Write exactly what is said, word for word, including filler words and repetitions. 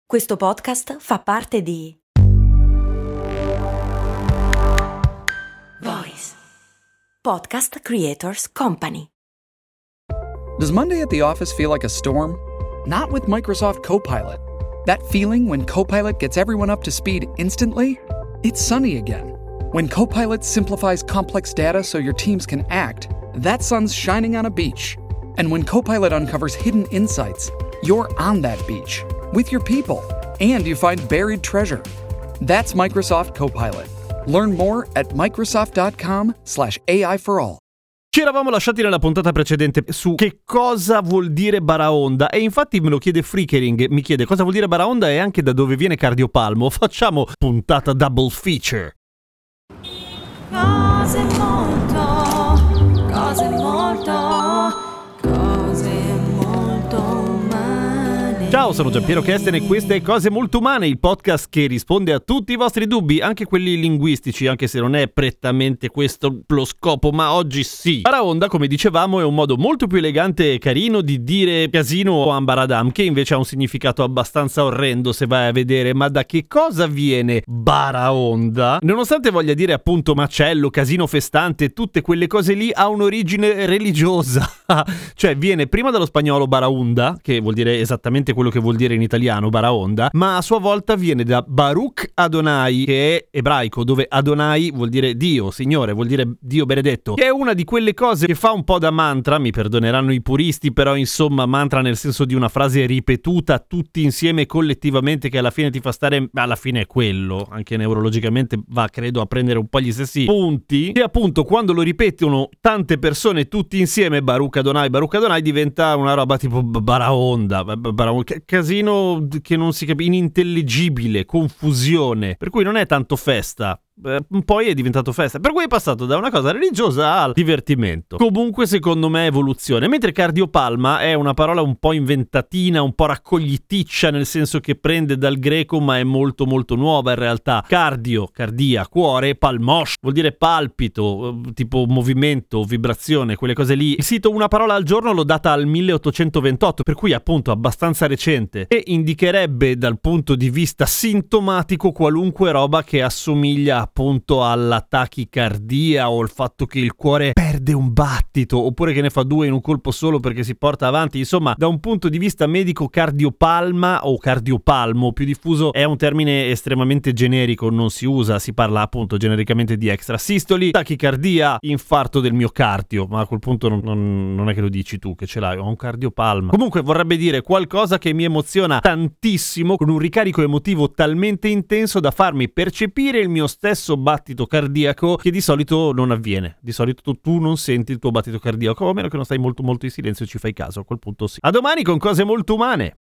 Questo podcast fa parte di Voice Podcast Creators Company. Does Monday at the office feel like a storm? Not with Microsoft Copilot. That feeling when Copilot gets everyone up to speed instantly? It's sunny again. When Copilot simplifies complex data so your teams can act, that sun's shining on a beach. And when Copilot uncovers hidden insights, you're on that beach with your people, and you find buried treasure. That's Microsoft Copilot. Learn more at Microsoft.com slash AI for all. Ci eravamo lasciati nella puntata precedente su che cosa vuol dire baraonda, e infatti me lo chiede Freakering, mi chiede cosa vuol dire baraonda e anche da dove viene cardiopalmo. Facciamo puntata double feature. Cose molto, cose molto, cose molto umane. Ciao, sono Giampiero Kesten e queste è Cose Molto Umane, il podcast che risponde a tutti i vostri dubbi, anche quelli linguistici, anche se non è prettamente questo lo scopo, ma oggi sì. Baraonda, come dicevamo, è un modo molto più elegante e carino di dire casino o ambaradam, che invece ha un significato abbastanza orrendo se vai a vedere. Ma da che cosa viene baraonda? Nonostante voglia dire appunto macello, casino festante, tutte quelle cose lì, ha un'origine religiosa. Cioè viene prima dallo spagnolo baraunda, che vuol dire esattamente quello che vuol dire in italiano baraonda, ma a sua volta viene da Baruch Adonai, che è ebraico, dove Adonai vuol dire Dio, Signore, vuol dire Dio benedetto, che è una di quelle cose che fa un po' da mantra, mi perdoneranno i puristi, però insomma mantra nel senso di una frase ripetuta tutti insieme collettivamente, che alla fine ti fa stare, alla fine è quello, anche neurologicamente va credo a prendere un po' gli stessi punti, e appunto quando lo ripetono tante persone tutti insieme, Baruch Adonai, Baruch Adonai, diventa una roba tipo baraonda, baraonda, casino che non si capisce, inintelligibile, confusione, per cui non è tanto festa. Eh, poi è diventato festa, per cui è passato da una cosa religiosa al divertimento. Comunque secondo me è evoluzione, mentre cardiopalma è una parola un po' inventatina, un po' raccogliticcia, nel senso che prende dal greco ma è molto molto nuova in realtà. Cardio, cardia, cuore, palmosh vuol dire palpito, tipo movimento, vibrazione, quelle cose lì. Il sito Una Parola al Giorno lo data al milleottocentoventotto, per cui appunto abbastanza recente, e indicherebbe dal punto di vista sintomatico qualunque roba che assomiglia appunto alla tachicardia o il fatto che il cuore perde un battito oppure che ne fa due in un colpo solo perché si porta avanti. Insomma, da un punto di vista medico, cardiopalma o cardiopalmo più diffuso è un termine estremamente generico, non si usa, si parla appunto genericamente di extrasistoli, tachicardia, infarto del miocardio, ma a quel punto non, non, non è che lo dici tu che ce l'hai, ho un cardiopalma. Comunque vorrebbe dire qualcosa che mi emoziona tantissimo, con un ricarico emotivo talmente intenso da farmi percepire il mio stesso battito cardiaco, che di solito non avviene. Di solito tu, tu non senti il tuo battito cardiaco, a meno che non stai molto molto in silenzio e ci fai caso. A quel punto sì. A domani con Cose Molto Umane.